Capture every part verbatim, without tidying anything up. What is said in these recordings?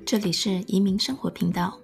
这里是移民生活频道。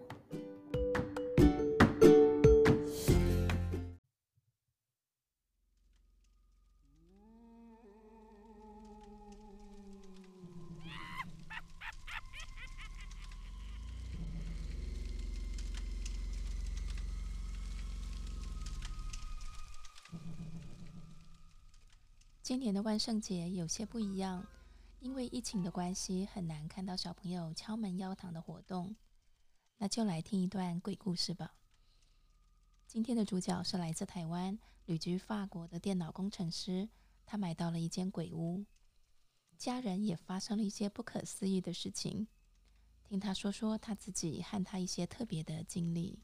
今年的万圣节有些不一样，因为疫情的关系，很难看到小朋友敲门邀糖的活动。那就来听一段鬼故事吧。今天的主角是来自台湾、旅居法国的电脑工程师，他买到了一间鬼屋，家人也发生了一些不可思议的事情。听他说说他自己和他一些特别的经历。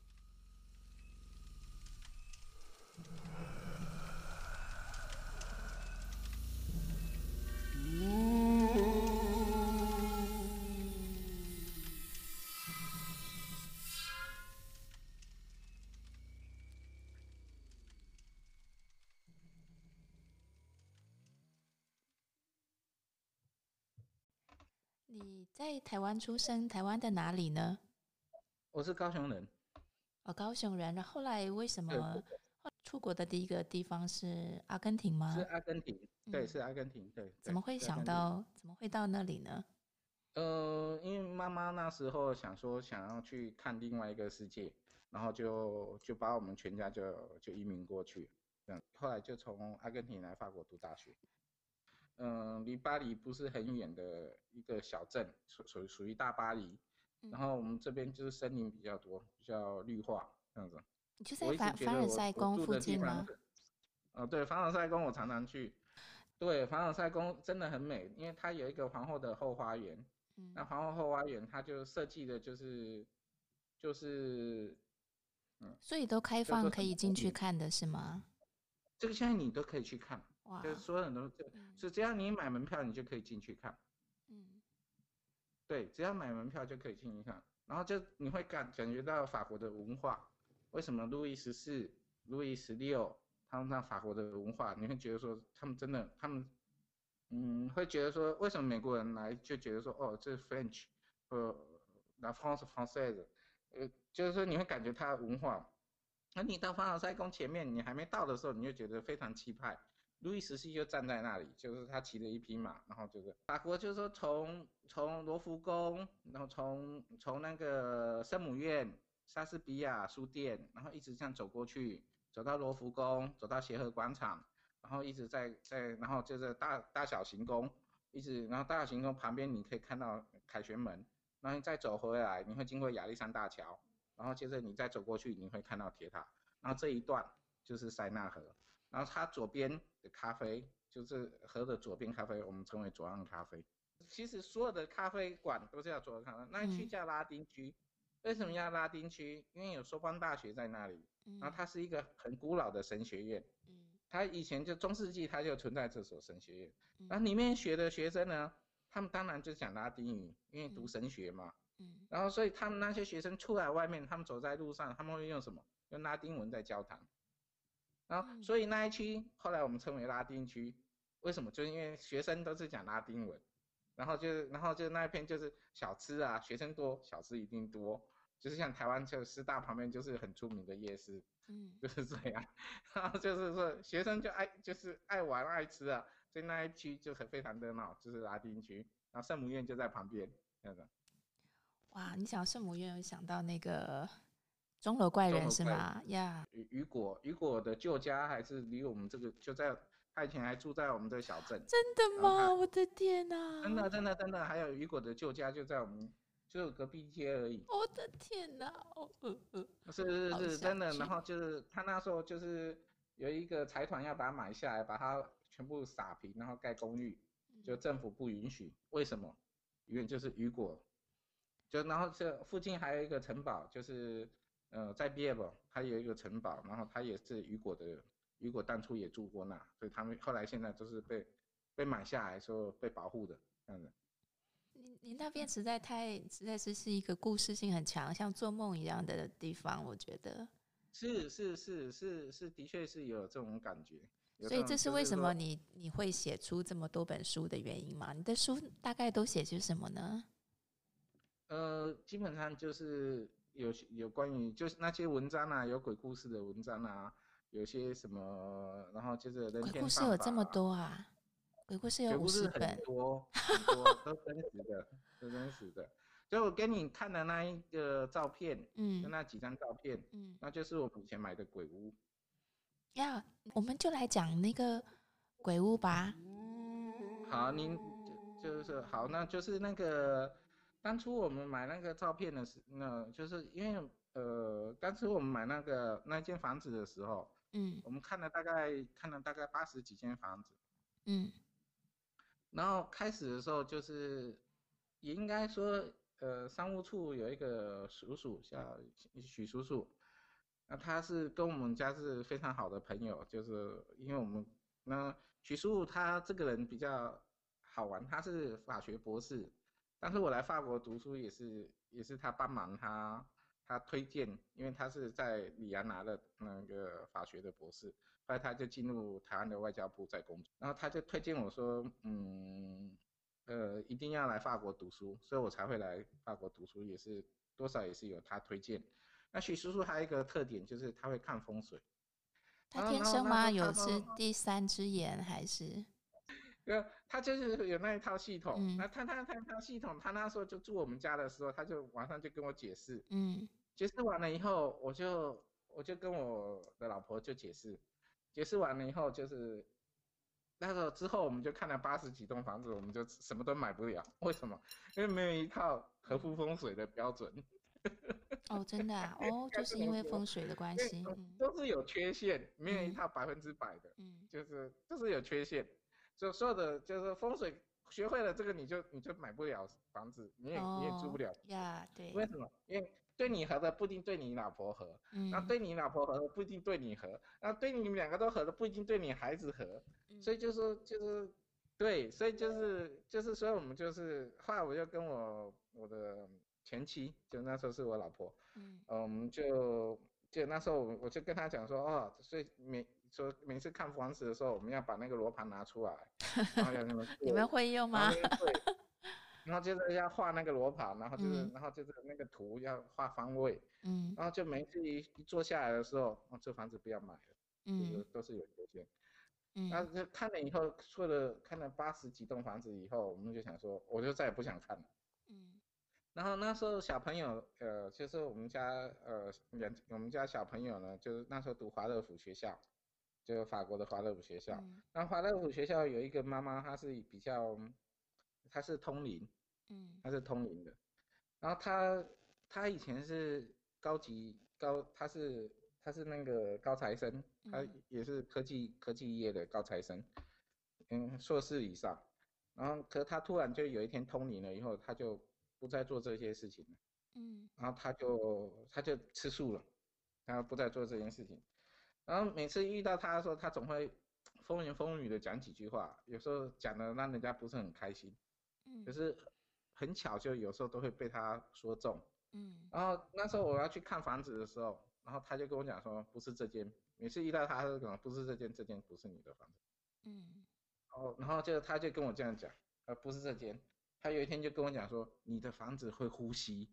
你在台湾出生，台湾的哪里呢？ 我是高雄人。 哦，高雄人。然后后来为什么出国的第一个地方是阿根廷吗？ 是阿根廷，对， 嗯， 是阿根廷，对。 怎么会想到，怎么会到那里呢？ 呃，因为妈妈那时候想说想要去看另外一个世界，然后就就把我们全家就就移民过去，这样。后来就从阿根廷来法国读大学。嗯、呃，离巴黎不是很远的一个小镇，属属属于大巴黎。 嗯， 然后我们这边就是森林比较多，比较绿化这样子。 你就在我一直凡凡尔觉得我赛宫附我住的地近吗？ 方是，呃，对，凡尔赛宫我常常去。对，凡尔赛宫真的很美，因为它有一个皇后的后花园。那嗯， 皇后后花园它就设计的就是就是嗯， 所以都开放可以叫做什么？ 进去看的是吗？ 这个现在你都可以去看，就是哇， 所有人都嗯是只要你买门票，你就可以进去看。 嗯对，只要买门票就可以进去看，然后就你会感感觉到法国的文化。为什么路易十四、路易十六他们那法国的文化，你会觉得说他们真的他们嗯，会觉得说，为什么美国人来就觉得说，哦，这是 French， 呃，La France française，呃，就是说你会感觉它的文化。那你到凡尔赛宫前面，你还没到的时候，你就觉得非常气派。路易十四就站在那里，就是他骑了一匹马，然后就是法国，就是说从从罗浮宫，然后从从那个圣母院、莎士比亚书店，然后一直这样走过去，走到罗浮宫，走到协和广场。然后一直在在，然后就是大大小行宫，一直，然后大小行宫旁边你可以看到凯旋门，然后你再走回来，你会经过亚历山大桥，然后接着你再走过去，你会看到铁塔，然后这一段就是塞纳河，然后它左边的咖啡就是河的左边咖啡，我们称为左岸咖啡。其实所有的咖啡馆都是叫左岸咖啡，那一区叫拉丁区。为什么叫拉丁区？因为有索邦大学在那里，然后它是一个很古老的神学院。他以前就中世纪他就存在这所神学院，然后里面学的学生呢，他们当然就讲拉丁语，因为读神学嘛。然后所以他们那些学生出来外面，他们走在路上，他们会用什么？用拉丁文在交谈。然后所以那一区后来我们称为拉丁区，为什么？就是因为学生都是讲拉丁文，然后就然后就那一片就是小吃啊，学生多，小吃一定多。就是像台湾就师大旁边就是很出名的夜市，嗯，就是这样。然后就是说学生就爱就是爱玩爱吃啊，所以那一区就很非常热闹，就是拉丁区。然后圣母院就在旁边，那个。 哇，你想圣母院，有想到那个钟楼怪人是吗？呀、 yeah ，雨果雨果的旧家还是离我们这个就在，他以前还住在我们这个小镇。 真的吗？我的天哪！ 真的真的真的，还有雨果的旧家就在我们就隔壁街而已。 我的天哪！哦呃呃， 是是好是，真的。 想去。 然后就是他那时候就是有一个财团要把它买下来，把它全部撒平，然后盖公寓，就政府不允许。为什么？因为就是雨果，就然后这附近还有一个城堡，就是呃在毕业吧，还有一个城堡，然后他也是雨果的，雨果当初也住过那，所以他们后来现在都是被被买下来，说被保护的这样子。 你你那边实在太实在是是一个故事性很强，像做梦一样的地方，我觉得。 是是是是是，的确是有这种感觉。有所以这这种是为什么就是说， 你你会写出这么多本书的原因吗？你的书大概都写些什么呢？ 呃，基本上就是有有关于就是那些文章啊，有鬼故事的文章啊，有些什么，然后就是人鬼故天事有这么犯法， 多啊？鬼故事有五鬼故事很十本。 多很多，都真实的，都真实的。就我给你看的那一个照片，就嗯那几张照片， 嗯， 那就是我们以前买的鬼屋。 要我们就来讲那个鬼屋吧。 好，您就就是好，那就是那个当初我们买那个照片的时，那就是因为呃，当初我们买那个那间房子的时候， 嗯我们看了大概看了大概八十几间房子， 嗯然后开始的时候就是也应该说，呃，商务处有一个叔叔叫许叔叔，那他是跟我们家是非常好的朋友，就是因为我们那许叔叔他这个人比较好玩，他是法学博士，但是我来法国读书也是也是他帮忙他他推荐，因为他是在里昂拿的那个法学的博士，后来他就进入台湾的外交部在工作，然后他就推荐我说，嗯，呃，一定要来法国读书，所以我才会来法国读书，也是多少也是有他推荐。那许叔叔还有一个特点就是他会看风水， 他然后然后天生吗？ 那时候他有是说， 第三只眼还是？ 呃，他就是有那一套系统， 嗯那他他他他系统，他那时候就住我们家的时候，他就晚上就跟我解释， 嗯解释完了以后，我就我就跟我的老婆就解释，解释完了以后就是那时候之后我们就看了八十几栋房子，我们就什么都买不了，为什么？因为没有一套合嗯， 乎风水的标准。 哦，真的啊，哦， 该就是因为这么说， 风水的关因为系。嗯都是有缺陷，没有一嗯套百分之百的， 嗯就是就是有缺陷，就所有的就是风水学会了这个你就你就买不了房子，你也你也住不哦了， 呀，对。 为什么？因为对你合的不一定对你老婆合，那嗯对你老婆合的不一定对你合，那对你们两个都合的不一定对你孩子合，所以嗯就说就是对，所以就是就是所以我们就是后来我就跟我我的前妻，就那时候是我老婆。 嗯嗯，我们就就那时候我我就跟他讲说，哦，所以每说每次看房子的时候，我们要把那个罗盘拿出来，然后要那么你们对， 会用吗？ 然后那个对，然后就是要画那个罗盘，然后就是嗯然后就是那个图要画方位， 嗯然后就每次一一坐下来的时候，哦，这房子不要买了，就是嗯都是有缺陷。那嗯就看了以后，做了看了八十几栋房子以后，我们就想说，我就再也不想看了。 嗯然后那时候小朋友，呃，就是我们家，呃，两我们家小朋友呢，就是那时候读华勒福学校，就是法国的华勒福学校。 嗯那华勒福学校有一个妈妈，她是比较，她是通灵， 嗯她是通灵的。然后她她以前是高级高，她是她是那个高材生，她嗯也是科技科技业的高材生，嗯，硕士以上。然后可她突然就有一天通灵了以后，她就不再做这些事情了。 嗯然后他就他就吃素了，他不再做这件事情。然后每次遇到他的时候，他总会风言风语的讲几句话，有时候讲的让人家不是很开心，可嗯是很巧，就有时候都会被他说中。 嗯然后那时候我要去看房子的时候，然后他就跟我讲说，不是这间，每次遇到他，他就讲不是这间，这间不是你的房子。 嗯然后然后就他就跟我这样讲，呃，不是这间。他有一天就跟我讲说，你的房子会呼吸。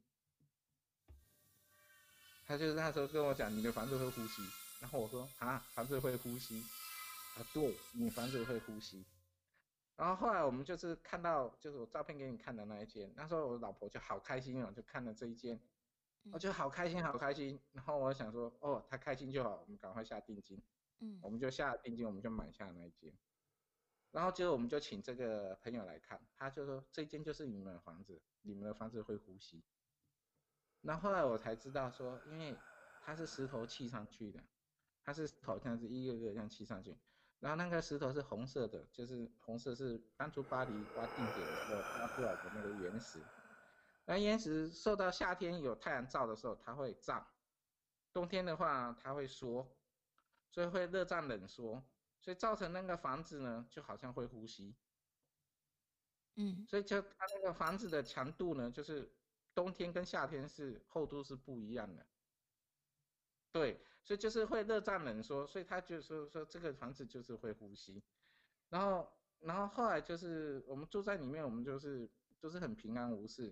他就是那时候跟我讲，你的房子会呼吸，然后我说啊，房子会呼吸，啊，对，你房子会呼吸。然后后来我们就是看到，就是我照片给你看的那一间，那时候我老婆就好开心哦，就看了这一间，我就好开心，好开心。然后我想说，哦，她开心就好，我们赶快下定金， 嗯我们就下定金，我们就买下那一间。然后结果我们就请这个朋友来看，他就说这间就是你们的房子，你们的房子会呼吸。那后来我才知道说，因为它是石头砌上去的，它是好像是一个个这样砌上去，然后那个石头是红色的，就是红色是当初巴黎挖定点的时候挖出来的那个岩石。那岩石受到夏天有太阳照的时候，它会胀；冬天的话，它会缩，所以会热胀冷缩，所以造成那个房子呢，就好像会呼吸。 嗯所以就它那个房子的强度呢，就是冬天跟夏天是厚度是不一样的。对，所以就是会热胀冷缩，所以他就说说这个房子就是会呼吸。然后然后后来就是我们住在里面，我们就是就是很平安无事。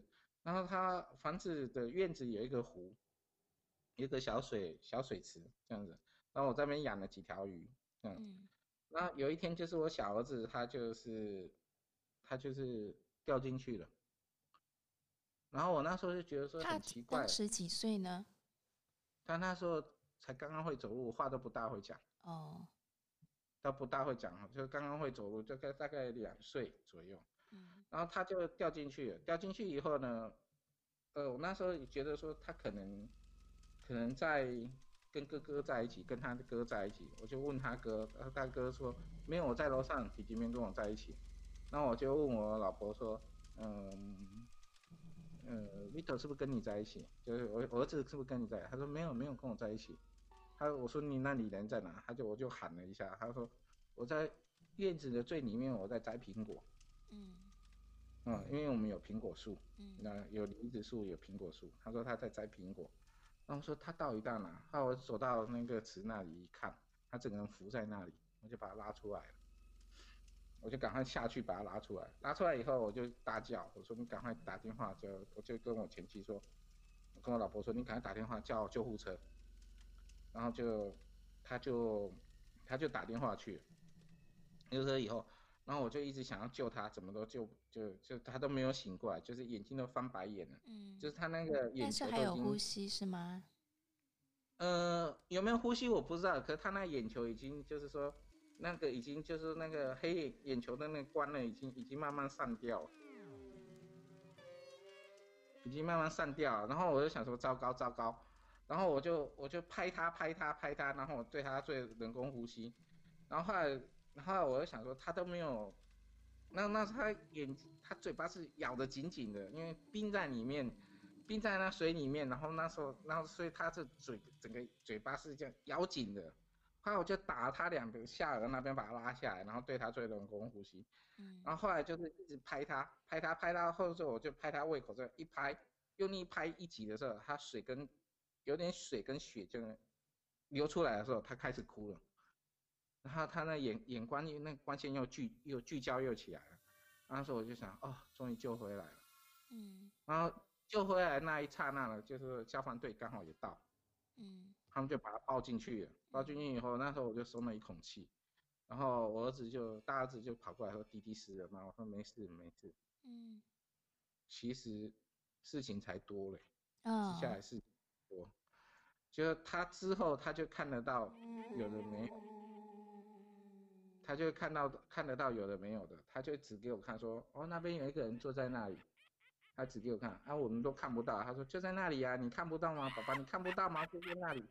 然后他房子的院子有一个湖，有一个小水小水池这样子，然后我在那边养了几条鱼，这样。 嗯， 那有一天就是我小儿子他就是他就是掉进去了，然后我那时候就觉得说他很奇怪， 当时几岁呢？ 他那时候才刚刚会走路，话都不大会讲， 哦， 他不大会讲，就刚刚会走路，大概大概两岁左右。 嗯然后他就掉进去了，掉进去以后呢，呃，我那时候也觉得说他可能可能在跟哥哥在一起，跟他的哥在一起，我就问他哥，他哥说没有，我在楼上，弟弟没跟我在一起。那我就问我老婆说，嗯，呃，Vito 是不是跟你在一起？就是我我儿子是不是跟你在一起？他说没有，没有跟我在一起。他我说你那里人在哪？他就我就喊了一下，他说我在院子的最里面，我在摘苹果。 嗯嗯，因为我们有苹果树， 嗯那有梨子树，有苹果树。他说他在摘苹果，然后说他到底到哪？后来我走到那个池那里一看，他整个人浮在那里，我就把他拉出来了。我就赶快下去把他拉出来，拉出来以后我就大叫，我说你赶快打电话，就我就跟我前妻说，我跟我老婆说你赶快打电话叫救护车，然后就他就他就打电话去了，救护车以后，然后我就一直想要救他，怎么都救就就他都没有醒过来，就是眼睛都翻白眼了，就嗯， 是他那个眼但是还有呼球都已经吸是吗？ 呃有没有呼吸我不知道，可是他那眼球已经就是说那个已经就是那个黑眼眼球的那个关了，已经已经慢慢散掉了。已经慢慢散掉了，然后我就想说糟糕糟糕，然后我就我就拍他拍他拍他，然后我对他做人工呼吸，然后后来然后我就想说他都没有，那那他眼他嘴巴是咬得紧紧的，因为冰在里面，冰在那水里面，然后那时候然后所以他这嘴整个嘴巴是这样咬紧的，后来我就打他两个下颚那边把他拉下来，然后对他做人工呼吸。 嗯然后后来就是一直拍他，拍他，拍到后之后我就拍他胃口，这一拍，用力一拍一挤的时候，他水跟有点水跟血就流出来的时候，他开始哭了。然后他那眼眼光那光线又聚又聚焦又起来了。那时候我就想，哦，终于救回来了。 嗯然后救回来那一刹那呢，就是消防队刚好也到， 嗯他们就把他抱进去了。抱进去以后，那时候我就松了一口气。然后我儿子就大儿子就跑过来说：弟弟死了吗？我说没事没事。 嗯， 其实事情才多嘞，接下哦， 来事情多，就他之后他就看得到有的没有，他就看到看得到有的没有的，他就指给我看说，哦那边有一个人坐在那里，他指给我看，啊我们都看不到，他说就在那里啊，你看不到吗？爸爸你看不到吗？就在那里，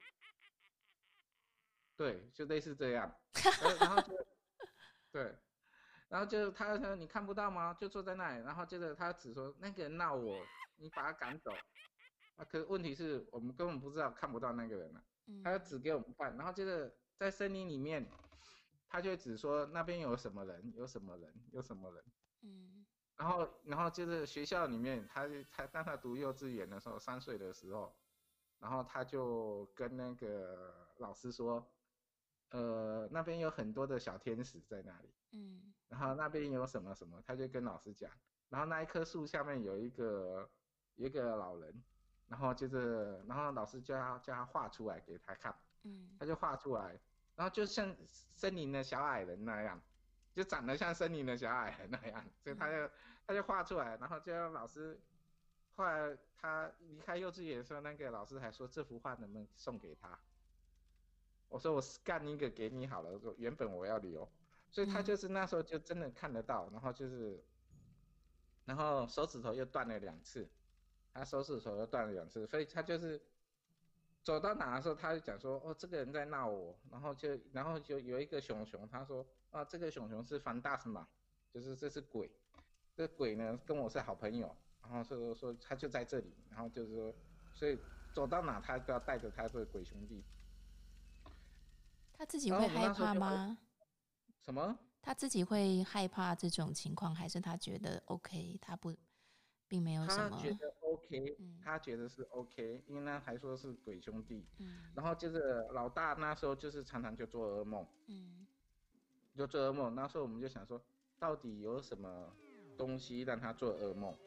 对，就类似这样，然后就对，然后就他说你看不到吗？就坐在那里，然后接着他只说那个人闹我，你把他赶走。啊，可是问题是我们根本不知道看不到那个人啊，他就嗯指给我们看，然后接着在森林里面，他就只说那边有什么人，有什么人，有什么人， 嗯然后然后接着学校里面，他他当他读幼稚园的时候，三岁的时候，然后他就跟那个老师说，呃，那边有很多的小天使在那里， 嗯然后那边有什么什么，他就跟老师讲，然后那一棵树下面有一个有一个老人，然后接着然后老师叫他叫他画出来给他看， 嗯他就画出来，然后就像森林的小矮人那样，就长得像森林的小矮人那样，所以他就他就画出来，然后就让老师。后来他离开幼稚园的时候，那个老师还说这幅画能不能送给他？我说我干一个给你好了，我说原本我要留，所以他就嗯， 是那时候就真的看得到，然后就是，然后手指头又断了两次，他手指头又断了两次，所以他就是走到哪的时候，他就讲说，哦，这个人在闹我，然后就然后就有一个熊熊，他说，啊，这个熊熊是凡大斯嘛，就是这是鬼，这鬼呢跟我是好朋友，然后说说他就在这里，然后就是说，所以走到哪他都要带着他的鬼兄弟， 他自己然后我们会害那时候就怕吗？ 什么？ 他自己会害怕这种情况，还是他觉得 OK，他不并没有什么？ 他觉得 OK， 嗯他觉得是 OK，因为那还说是鬼兄弟。 嗯然后接着老大那时候就是常常就做噩梦， 嗯就做噩梦。那时候我们就想说，到底有什么东西让他做噩梦？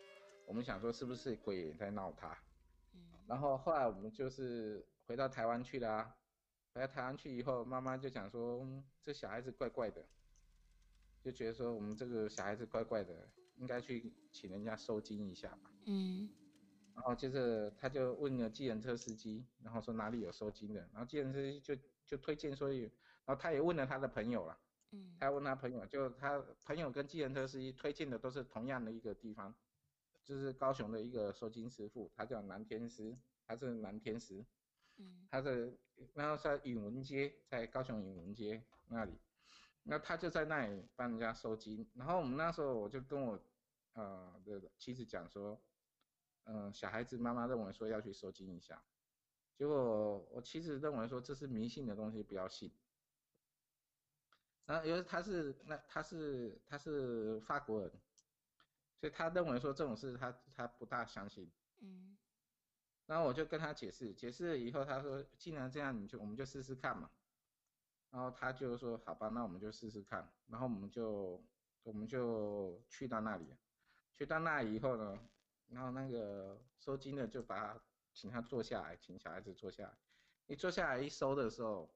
我们想说是不是鬼也在闹他， 嗯然后后来我们就是回到台湾去啦、啊，回到台湾去以后，妈妈就讲说、嗯、这小孩子怪怪的，就觉得说我们这个小孩子怪怪的，应该去请人家收金一下吧。 嗯然后接着他就问了计程车司机，然后说哪里有收金的，然后计程车司机就就推荐说有，然后他也问了他的朋友了， 嗯他问他朋友，就他朋友跟计程车司机推荐的都是同样的一个地方，就是高雄的一个收金师傅，他叫南天师，他是南天师， 嗯他的然后在允文街，在高雄允文街那里，那他就在那里帮人家收金，然后我们那时候我就跟我呃的妻子讲说。嗯、呃，小孩子妈妈认为说要去收金一下，结果我妻子认为说这是迷信的东西，不要信。然后因为他是那他是他是法国人，所以他认为说这种事他他不大相信。 嗯然后我就跟他解释，解释了以后他说既然这样，你就我们就试试看嘛。然后他就说好吧，那我们就试试看。然后我们就我们就去到那里，去到那里以后呢，然后那个收金的就把他请他坐下来，请小孩子坐下来。一坐下来一收的时候，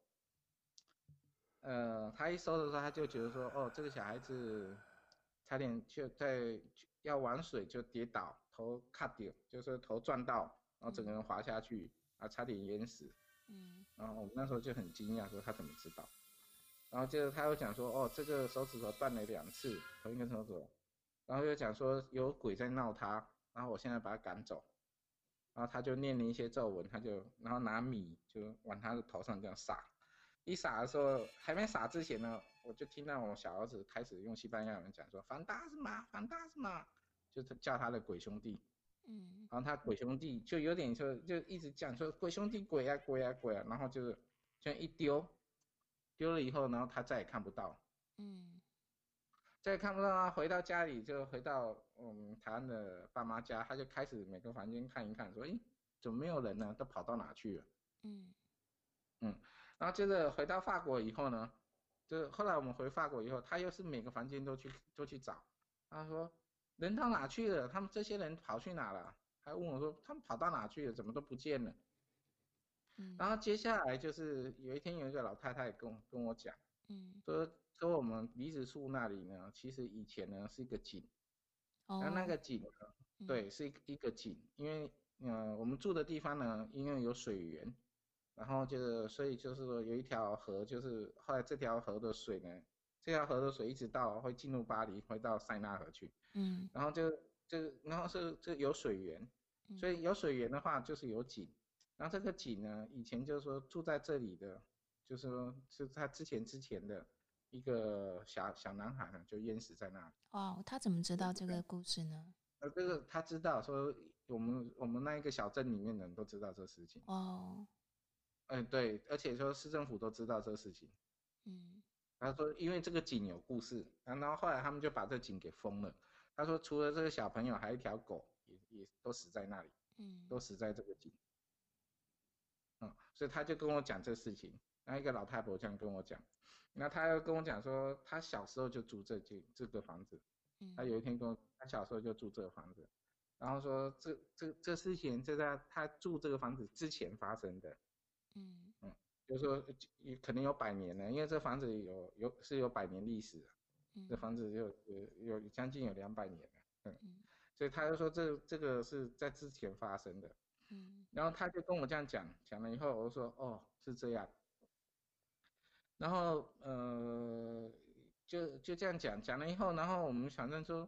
呃，他一收的时候他就觉得说，哦，这个小孩子差点就在要玩水就跌倒，头卡掉，就是头撞到，然后整个人滑下去，啊，差点淹死。 嗯然后我们那时候就很惊讶，说他怎么知道？然后接着他又讲说，哦，这个手指头断了两次，同一根手指头。然后又讲说有鬼在闹他，然后我现在把他赶走。然后他就念了一些咒文，他就然后拿米就往他的头上这样撒。一撒的时候，还没撒之前呢，我就听到我小儿子开始用西班牙文讲说反大是吗？反大是吗？就是叫他的鬼兄弟。 嗯然后他鬼兄弟就有点说，就一直讲说鬼兄弟鬼啊鬼啊鬼啊，然后就是这样一丢，丢了以后，然后他再也看不到， 嗯再也看不到他回到家里就回到我们台湾的爸妈家，他就开始每个房间看一看，说，诶，怎么没有人呢？都跑到哪去了？ 嗯嗯，然后接着回到法国以后呢，就是后来我们回法国以后，他又是每个房间都去都去找，他说人到哪去了？他们这些人跑去哪了？还问我说他们跑到哪去了？怎么都不见了？ 嗯然后接下来就是有一天有一个老太太跟我跟我讲， 嗯说说我们梨子树那里呢，其实以前呢是一个井，然后那哦个井呢， 嗯对，是一个一个井，因为呃我们住的地方呢，因为有水源，然后就是所以就是说有一条河，就是后来这条河的水呢，这条河的水一直到会进入巴黎，会到塞纳河去， 嗯然后就就然后是这有水源，所嗯以有水源的话就是有井，然后这个井呢，以前就是说住在这里的，就是说是他之前之前的一个小小男孩呢，就淹死在那里。 哦，他怎么知道这个故事呢？ 呃，这个他知道，说我们我们那一个小镇里面的人都知道这事情。 哦嗯，对，而且说市政府都知道这事情。 嗯他说，因为这个井有故事，然后后来他们就把这井给封了。他说，除了这个小朋友，还有一条狗也也都死在那里， 嗯都死在这个井。嗯，所以他就跟我讲这事情。然后一个老太婆这样跟我讲，那他又跟我讲说，他小时候就住这间这个房子。他嗯有一天跟我，他小时候就住这个房子，然后说这这这事情就在他住这个房子之前发生的。 嗯嗯，就是说也可能有百年了，因为这房子有有是有百年历史的，这嗯房子有有有将近有两百年了。嗯， 嗯所以他就说这这个是在之前发生的。 嗯然后他就跟我这样讲，讲了以后，我就说哦是这样，然后呃就就这样讲讲了以后，然后我们反正说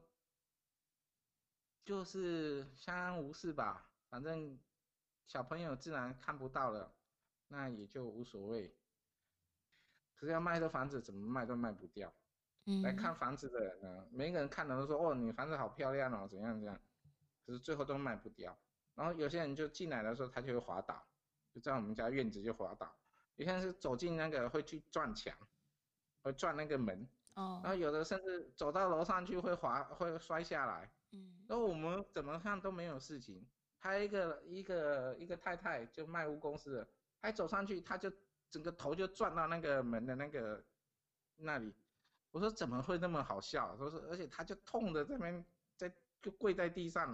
就是相安无事吧，反正小朋友自然看不到了，那也就无所谓。可是要卖的房子怎么卖都卖不掉，来看嗯房子的人呢，每个人看的都说哦你房子好漂亮哦怎样怎样，可是最后都卖不掉。然后有些人就进来的时候他就会滑倒，就在我们家院子就滑倒。有些人是走进那个会去撞墙，会撞那个门，然后哦有的甚至走到楼上去会滑会摔下来。 嗯然后我们怎么看都没有事情。还有一个一个一个太太就卖屋公司的，还走上去，她就整个头就撞到那个门的那个那里。我说怎么会那么好笑？说是而且她就痛的这边在就跪在地上了。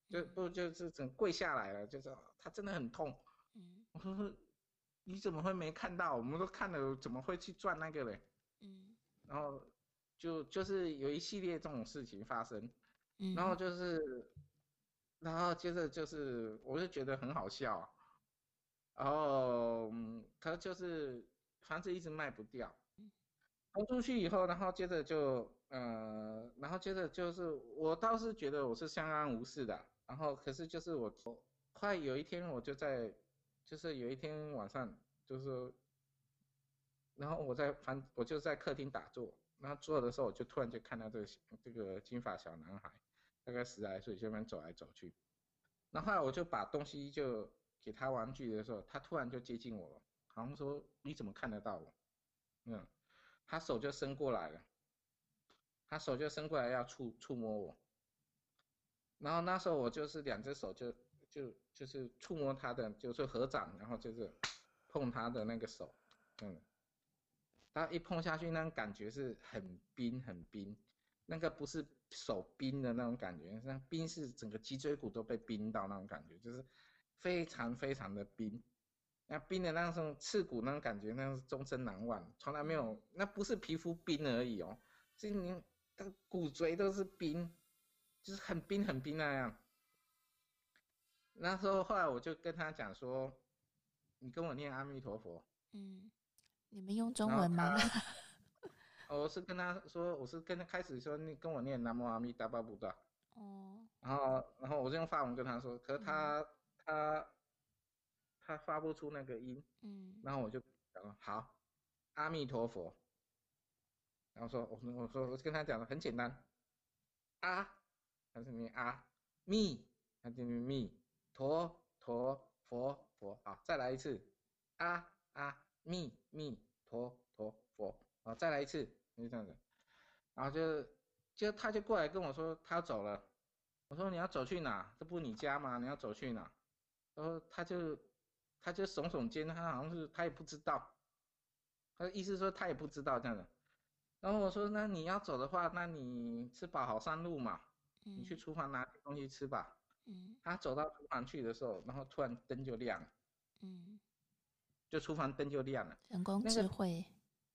就不就是整跪下来了，就是他真的很痛。 嗯， 我说你怎么会没看到？我们都看了，怎么会去转那个嘞？ 嗯， 然后就就是有一系列这种事情发生，然后嗯， 就是，然后接着就是我就觉得很好笑啊，然后嗯，他就是房子一直卖不掉。投出去以后，然后接着就呃，然后接着就是我倒是觉得我是相安无事的，然后可是就是我快有一天我就在，就是有一天晚上就是说，然后我在房我就在客厅打坐，然后坐的时候我就突然就看到这个这个金发小男孩，大概十来岁，这边走来走去，然后后来我就把东西就给他玩具的时候，他突然就接近我了，好像说你怎么看得到我？嗯，他手就伸过来了。他手就伸过来要触触摸我，然后那时候我就是两只手就就就是触摸他的，就是合掌，然后就是碰他的那个手，嗯，他一碰下去，那种感觉是很冰很冰，那个不是手冰的那种感觉，那冰是整个脊椎骨都被冰到那种感觉，就是非常非常的冰。那冰的那种刺骨那种感觉，那是终身难忘，从来没有，那不是皮肤冰而已哦，是你的骨髓都是冰，就是很冰很冰那样。那时候后来我就跟他讲说，你跟我念阿弥陀佛， 嗯，你们用中然后文吗？ 他，我是跟他说，我是跟他开始说你跟我念南无阿弥达巴布达， 哦， 然后然后我就用法文跟他说，可是嗯， 他他他发不出那个音， 嗯， 然后我就讲好，阿弥陀佛。然后说，我说我说我跟他讲的很简单，啊，他是念啊，密，他就念密，陀陀佛佛，好，再来一次，啊啊密密陀陀佛，好，再来一次，就这样子，然后就就他就过来跟我说他要走了，我说你要走去哪？这不是你家吗？你要走去哪？然后他就他就耸耸肩，他好像是他也不知道，他的意思说他也不知道这样的。然后我说，那你要走的话，那你吃饱好上路嘛，你去嗯， 厨房拿点东西吃吧。 嗯， 他走到厨房去的时候，然后突然灯就亮了， 嗯， 就厨房灯就亮了。 人工那个智慧，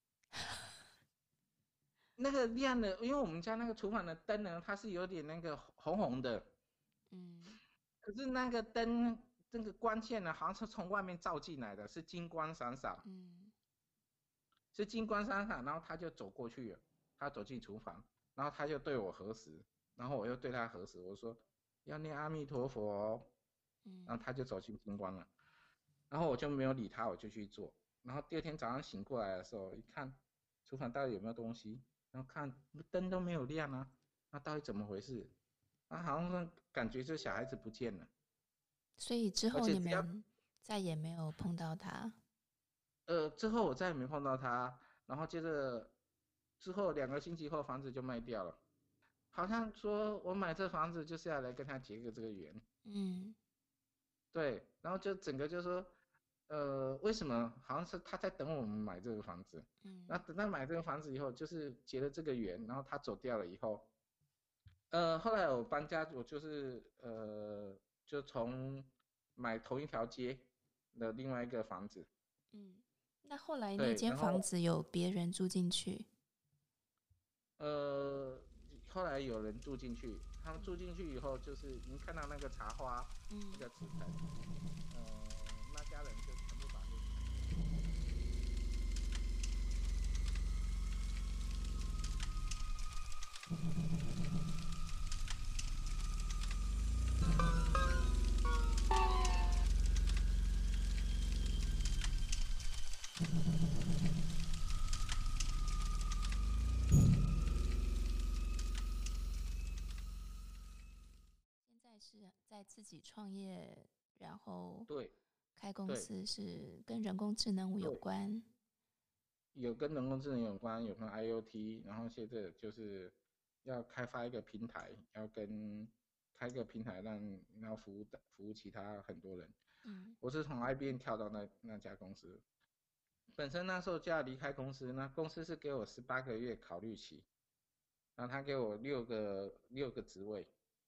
那个亮的，因为我们家那个厨房的灯呢，它是有点那个红红的， 嗯， 可是那个灯这个光线呢，好像是从外面照进来的，是金光闪闪， 嗯， 是金光闪闪。然后他就走过去了，他走进厨房，然后他就对我核实，然后我又对他核实，我说要念阿弥陀佛哦，然嗯， 后他就走进金光了，然后我就没有理他，我就去做。然后第二天早上醒过来的时候，一看厨房到底有没有东西，然后看灯都没有亮啊，那到底怎么回事？啊，好像感觉这小孩子不见了， 所以之后而且只要你们再也没有碰到他。 呃之后我再也没碰到他，然后接着之后两个星期后房子就卖掉了，好像说我买这房子就是要来跟他结个这个缘。 嗯， 对，然后就整个就说，呃，为什么好像是他在等我们买这个房子，然嗯， 后等他买这个房子以后，就是结了这个缘，然后他走掉了以后，呃，后来我搬家，我就是呃，就从买同一条街的另外一个房子， 嗯。那后来那对， 间然后房子有别人住进去？ 呃，后来有人住进去，他们住进去以后，就是您看到那个茶花嗯， 那个纸盆，呃，那家人就全部把这个。 现在是在自己创业，然后对开公对司，是跟人工智能有对， 关。 有跟人工智能有关，有跟 I O T，然后现在就是要开发一个平台，要跟开个平台让要服务服务其他很多人。 嗯， 我是从 I B M 跳到那那家公司，本身那时候就要离开公司，那公司是给我十八个月考虑期，然后他给我六个六个职位，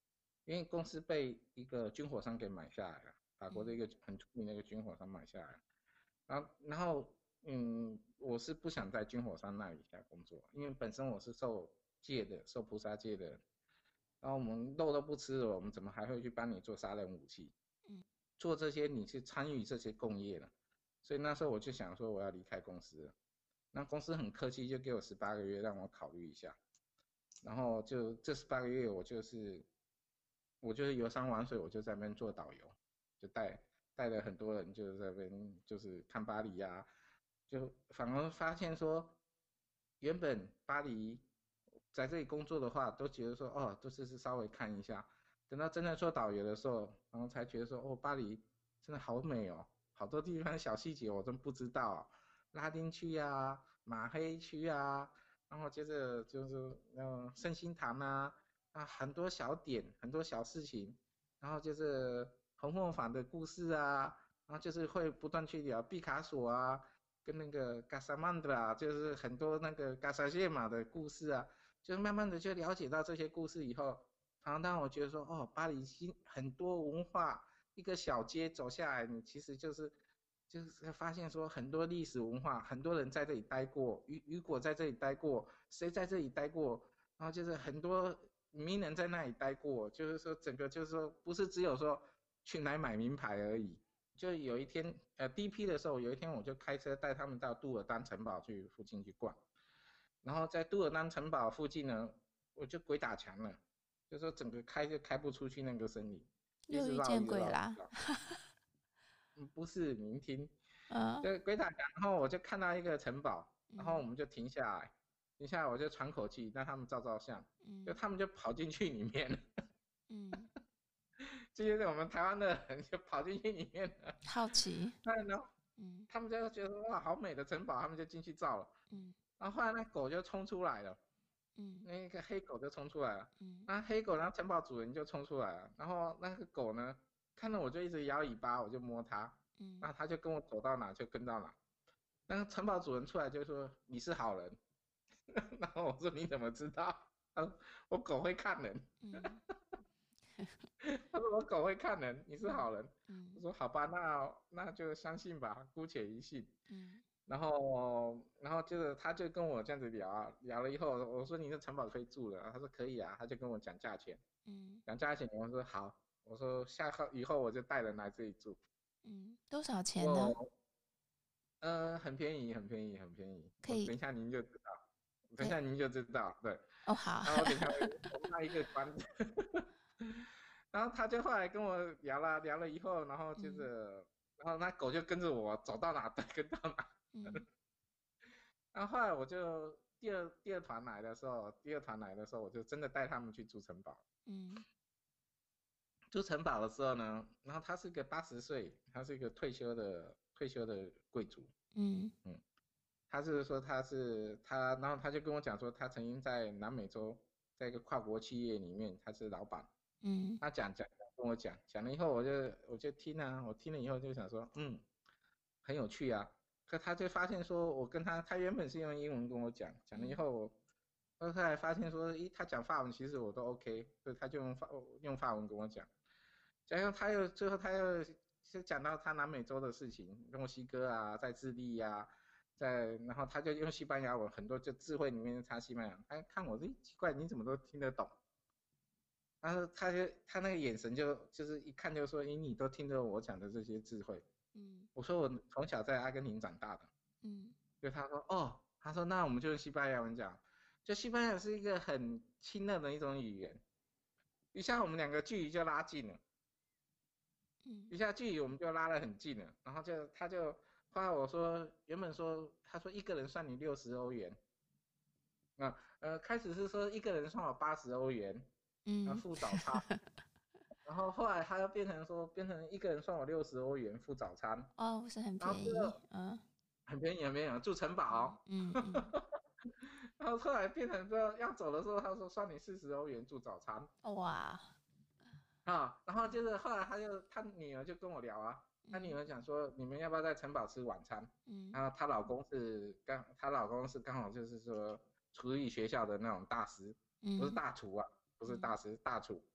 因为公司被一个军火商给买下来了，法国的一嗯个很出名的一个军火商买下来了，然后然后嗯，我是不想在军火商那里下工作，因为本身我是受戒的，受菩萨戒的，然后我们肉都不吃了，我们怎么还会去帮你做杀人武器？ 嗯做这些你去参与这些工业了，所以那时候我就想说我要离开公司了。那公司很客气，就给我十八个月让我考虑一下，然后就这十八个月我就是我就是游山玩水，我就在那边做导游，就带带了很多人就在那边就是看巴黎啊，就反而发现说，原本巴黎在这里工作的话，都觉得说哦，都是是稍微看一下，等到真的做导游的时候，然后才觉得说哦，巴黎真的好美哦，好多地方小细节我真不知道哦，拉丁区啊，马黑区啊，然后接着就是嗯圣心堂啊，啊很多小点，很多小事情，然后就是红磨坊的故事啊，然后就是会不断去聊毕卡索啊，跟那个嘎萨曼德啊，就是很多那个嘎萨谢马的故事啊，就是慢慢的就了解到这些故事以后，常常让我觉得说，哦，巴黎新很多文化，一个小街走下来，你其实就是就是发现说很多历史文化，很多人在这里待过，雨雨果在这里待过，谁在这里待过，然后就是很多名人在那里待过，就是说整个就是说不是只有说去哪买名牌而已。就有一天，呃，第一批的时候，有一天我就开车带他们到杜尔丹城堡去附近去逛，然后在杜尔丹城堡附近呢，我就鬼打墙了，就说整个开就开不出去那个森林，一直绕， 又遇见一直绕，一直鬼啦。 绕。嗯，不是，您听， 嗯就鬼打墙，然后我就看到一个城堡，然后我嗯们就停下来，停下来我就喘口气，让他们照照相，就嗯他们就跑进去里面了， 嗯， 这些我们台湾的人就跑进去里面了， 好奇。 那然后嗯他们就觉得哇，好美的城堡，他们就进去照了， 嗯然后后来那狗就冲出来了， 嗯那个黑狗就冲出来了， 嗯那黑狗，然后城堡主人就冲出来了，然后那个狗呢，看到我就一直摇尾巴，我就摸它， 嗯那它就跟我走到哪就跟到哪。那个城堡主人出来就说你是好人，然后我说你怎么知道？他说我狗会看人， 嗯他说我狗会看人，你是好人。我嗯说好吧，那那就相信吧，姑且一信。 嗯然后，然后就是他就跟我这样子聊啊，聊了以后，我说你的城堡可以住了，他说可以啊，他就跟我讲价钱， 嗯讲价钱，我说好，我说下后以后我就带人来这里住， 嗯，多少钱呢？ 我呃很便宜，很便宜，很便宜， 可以我等一下您就知道， 可以等一下您就知道，对， 哦，好。 然后我等一下我我卖一个关子，然后他就后来跟我聊了聊了以后，然后接嗯着，然后那狗就跟着我走到哪跟到哪， 嗯然后后来我就第二第二团来的时候，第二团来的时候，我就真的带他们去住城堡。 嗯住城堡的时候呢，然后他是个八十岁，他是一个退休的退休的贵族， 嗯嗯，他是说他是他，然后他就跟我讲说，他曾经在南美洲，在一个跨国企业里面，他是老板。 嗯他讲讲跟我讲，讲了以后我就我就听啊，我听了以后就想说，嗯，很有趣啊。可他就发现说，我跟他，他原本是用英文跟我讲，讲了以后我，后来发现说，咦，他讲法文其实我都 OK，所以他就用法用法文跟我讲。然后他又最后他又就讲到他南美洲的事情，墨西哥啊，在智利呀、啊，在然后他就用西班牙文，很多就智慧里面插西班牙，他看我，这奇怪，你怎么都听得懂？然后他就他那个眼神就就是一看就说，咦，你都听着我讲的这些智慧。 嗯我说我从小在阿根廷长大的， 嗯就他说哦，他说那我们就用西班牙文讲，就西班牙是一个很亲热的一种语言，一下我们两个距离就拉近了。 嗯一下距离我们就拉得很近了，然后就他就后来我说原本说他说一个人算你六十欧元，啊呃开始是说一个人算我八十欧元，啊嗯付早餐，然后后来他又变成说变成一个人算我六十欧元付早餐， 哦，不是很然后便宜。 最后嗯很便宜很便宜住城堡， 嗯嗯然后后来变成说要走的时候他说算你四十欧元住早餐。 嗯，哇。 啊，然后接着后来他就他女儿就跟我聊啊，他女儿讲说你们要不要在城堡吃晚餐？ 嗯然后她老公是刚她老公是刚好就是说厨艺学校的那种大师，不是嗯大厨啊，不是大师大厨，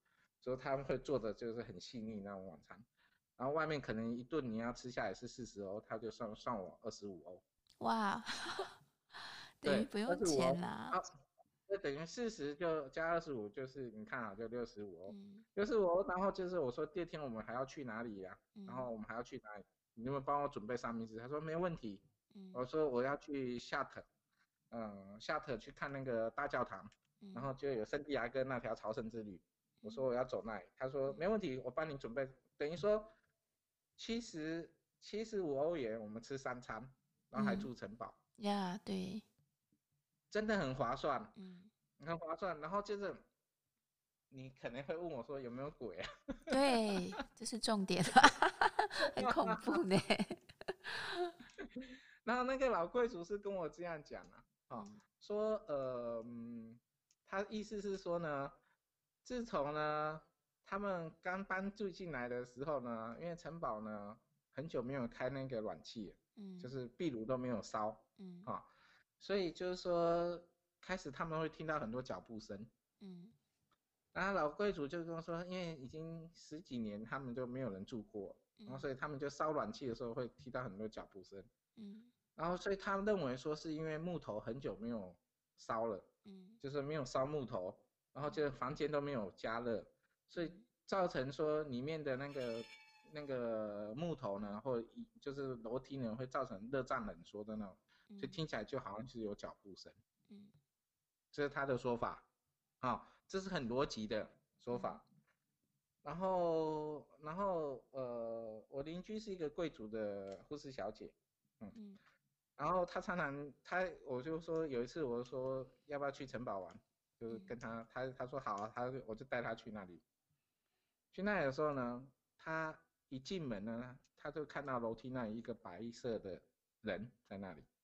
所以他们会做的就是很细腻那种晚餐。然后外面可能一顿你要吃下来是四十欧，他就算算我二十五欧。 哇，等于对， 不用二十五欧， 钱啦。 啊，就等于四十就加二十五，就是你看啊，就六十五欧， 嗯六十五欧。然后就是我说第二天我们还要去哪里呀、啊？然后嗯我们还要去哪里？你们帮我准备三明治？他说没问题。我嗯说我要去夏特，嗯，夏特去看那个大教堂，然嗯后就有圣地亚哥那条朝圣之旅。我说嗯我要走那里，他说嗯没问题，我帮你准备。等于说七十七十五欧元，我们吃三餐，然后还嗯住城堡， 呀，对， 真的很划算， 嗯很划算。然后接着你可能会问我说有没有鬼啊？ 对，这是重点，很恐怖呢。 然后那个老贵族是跟我这样讲啊，哦， 嗯说呃，嗯，他意思是说呢，自从呢他们刚搬住进来的时候呢，因为城堡呢很久没有开那个暖气了，就嗯是壁炉都没有烧嗯啊，哦，所以就是说开始他们会听到很多脚步声。 嗯然后老贵族就跟我说，因为已经十几年他们就没有人住过，然后嗯所以他们就烧暖气的时候会听到很多脚步声。 嗯然后所以他认为说是因为木头很久没有烧了， 嗯就是没有烧木头，然后就房间都没有加热，所以嗯造成说里面的那个那个木头呢，或者就是楼梯呢，会造成热胀冷缩的那种，所以嗯听起来就好像是有脚步声， 嗯这是他的说法，啊，哦，这是很逻辑的说嗯法。然后，然后，呃，我邻居是一个贵族的护士小姐，嗯， 嗯然后她常常，她我就说有一次我就说要不要去城堡玩，就是嗯跟她，她她说好啊，她我就带她去那里。去那里的时候呢，她一进门呢，她就看到楼梯那里一个白色的人在那里，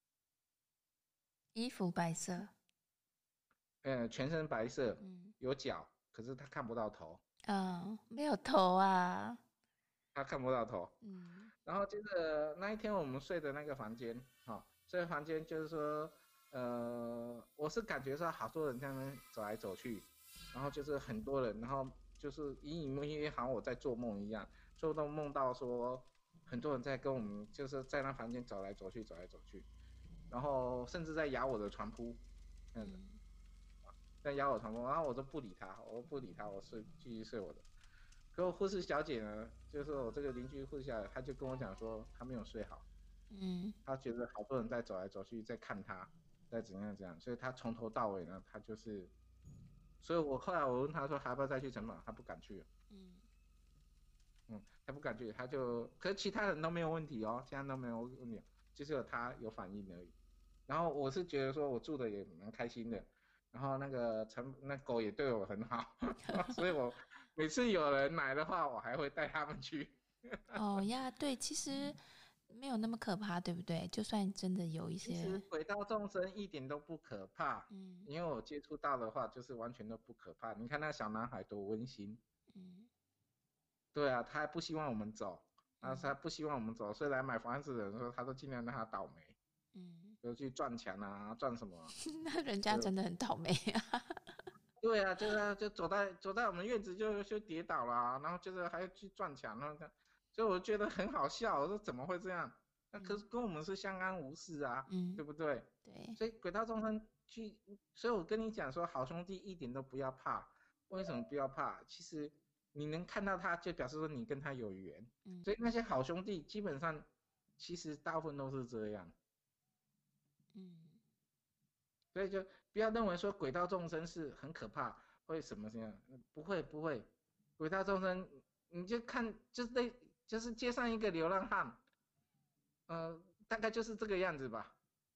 衣服白色， 呃，全身白色， 嗯有脚，可是她看不到头， 嗯，没有头啊， 她看不到头。 嗯然后接着那一天我们睡的那个房间，哈、哦，这个房间就是说，呃，我是感觉说好多人在那边走来走去，然后就是很多人，然后就是隐隐约约好像我在做梦一样，做梦梦到说很多人在跟我们就是在那房间走来走去，走来走去，然后甚至在咬我的床铺，这样子， 嗯在咬我床铺，然后我都不理他，我不理他，我睡继续睡我的。可我护士小姐呢，就是我这个邻居护士小姐，她就跟我讲说，她没有睡好， 嗯她觉得好多人在走来走去，在看她，在怎样怎样，所以她从头到尾呢，她就是，所以我后来我问她说，还要不要再去城堡，她不敢去， 嗯嗯，她不敢去，她就，可是其他人都没有问题哦，其他人都没有问题，就是有她有反应而已。然后我是觉得说我住的也蛮开心的，然后那个城那狗也对我很好，所以我每次有人来的话，我还会带他们去。 哦呀，对，其实没有那么可怕，对不对？就算真的有一其实些， 鬼道众生一点都不可怕， 嗯因为我接触到的话，就是完全都不可怕。你看那小男孩多温馨， 嗯对啊，他还不希望我们走，啊，他嗯不希望我们走，所以来买房子的人说，他都尽量让他倒霉， 嗯， 就去撞墙啊，撞什么啊， 那人家真的很倒霉啊。 对啊，就是啊就走在走在我们院子就就跌倒了啊，然后就是还要去撞墙，然后这样，所以我觉得很好笑，我说怎么会这样？那可是嗯跟我们是相安无事啊， 嗯， 对不对？ 对， 所以鬼道众生去，所以我跟你讲说，好兄弟一点都不要怕。为什么不要怕？其实你能看到他，就表示说你跟他有缘。 嗯所以那些好兄弟基本上，其实大部分都是这样。 嗯所以就不要认为说鬼道众生是很可怕，会什么这样，不会不会，鬼道众生你就看就是类就是街上一个流浪汉，呃，大概就是这个样子吧。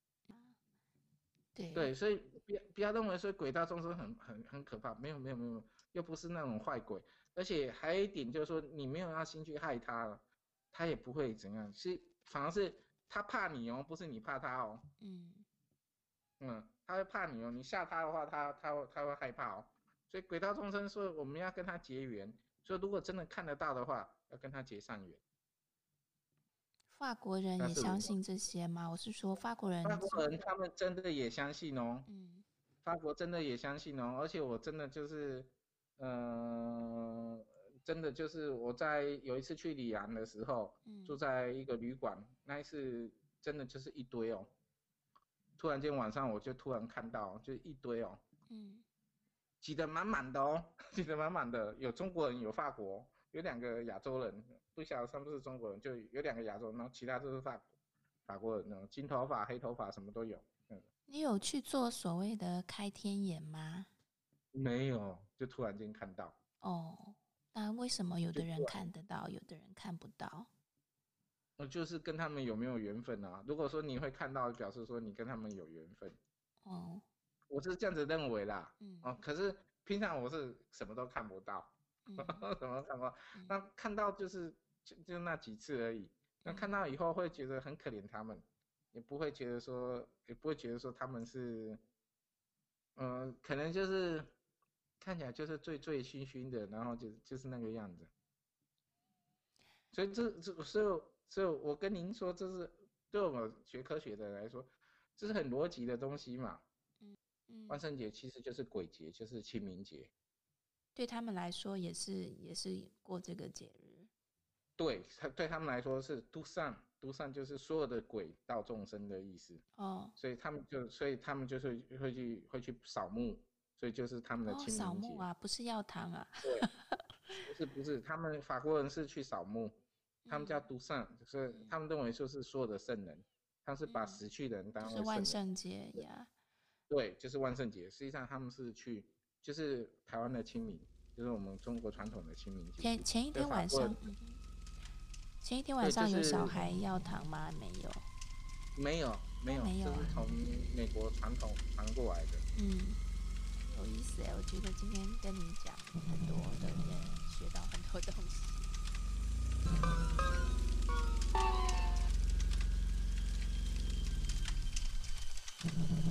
对， 对，所以不要不要认为说鬼道众生很很很可怕，没有没有没有，又不是那种坏鬼，而且还有一点就是说你没有要心去害他了，他也不会怎样，是反而是他怕你哦，不是你怕他哦。 嗯嗯，他会怕你哦，你吓他的话，他他会他会害怕哦。所以鬼道众生说我们要跟他结缘，所以如果真的看得到的话，要跟他结善缘。 法国人也但是我相信这些吗？我是说法国人， 法国人他们真的也相信哦， 嗯法国真的也相信哦，而且我真的就是呃，真的就是我在有一次去里昂的时候， 嗯住在一个旅馆，那一次真的就是一堆哦，突然间晚上我就突然看到，就一堆哦， 嗯挤得满满的哦，挤得满满的，有中国人，有法国，有两个亚洲人，不晓得是不是中国人，就有两个亚洲人，然后其他都是法法国人呢，金头发、黑头发什么都有。嗯， 你有去做所谓的开天眼吗？ 没有，就突然间看到， 哦，那为什么有的人就突然， 看得到，有的人看不到？ 呃，就是跟他们有没有缘分啊？如果说你会看到，表示说你跟他们有缘分， 哦， 我是这样子认为啦。 嗯哦，可是平常我是什么都看不到， 嗯什么都看不到。 嗯那看到就是就就那几次而已。那看嗯到以后会觉得很可怜他们，也不会觉得说，也不会觉得说他们是，嗯、呃，可能就是看起来就是醉醉醺醺的，然后就就是那个样子。所以这这所以所以我跟您说，这是对我们学科学的来说，这是很逻辑的东西嘛。 嗯嗯， 万圣节其实就是鬼节，就是清明节。 对他们来说也是也是过这个节日。 对，他对他们来说是都善，都善就是所有的鬼道众生的意思， 哦所以他们就所以他们就是会去会去扫墓，所以就是他们的哦， 清明节。 扫墓啊，不是要糖啊。 对，不是不是，他们法国人是去扫墓，他们叫嗯都善，就是嗯他们认为就是所有的圣人，他们是把嗯， 死去的人就是当为圣人。 万圣节呀。 对，就是万圣节，实际上他们是去就是台湾的清明，就是我们中国传统的清明节。 前前一对天晚法国人， 上，嗯哼，前一天晚对，就上有小是孩要糖吗？没有， 没有没有， 都没有啊。 这是从美国传统传过来的。 嗯，有意思哎，我觉得今天跟你讲很多的，也学到很多东西。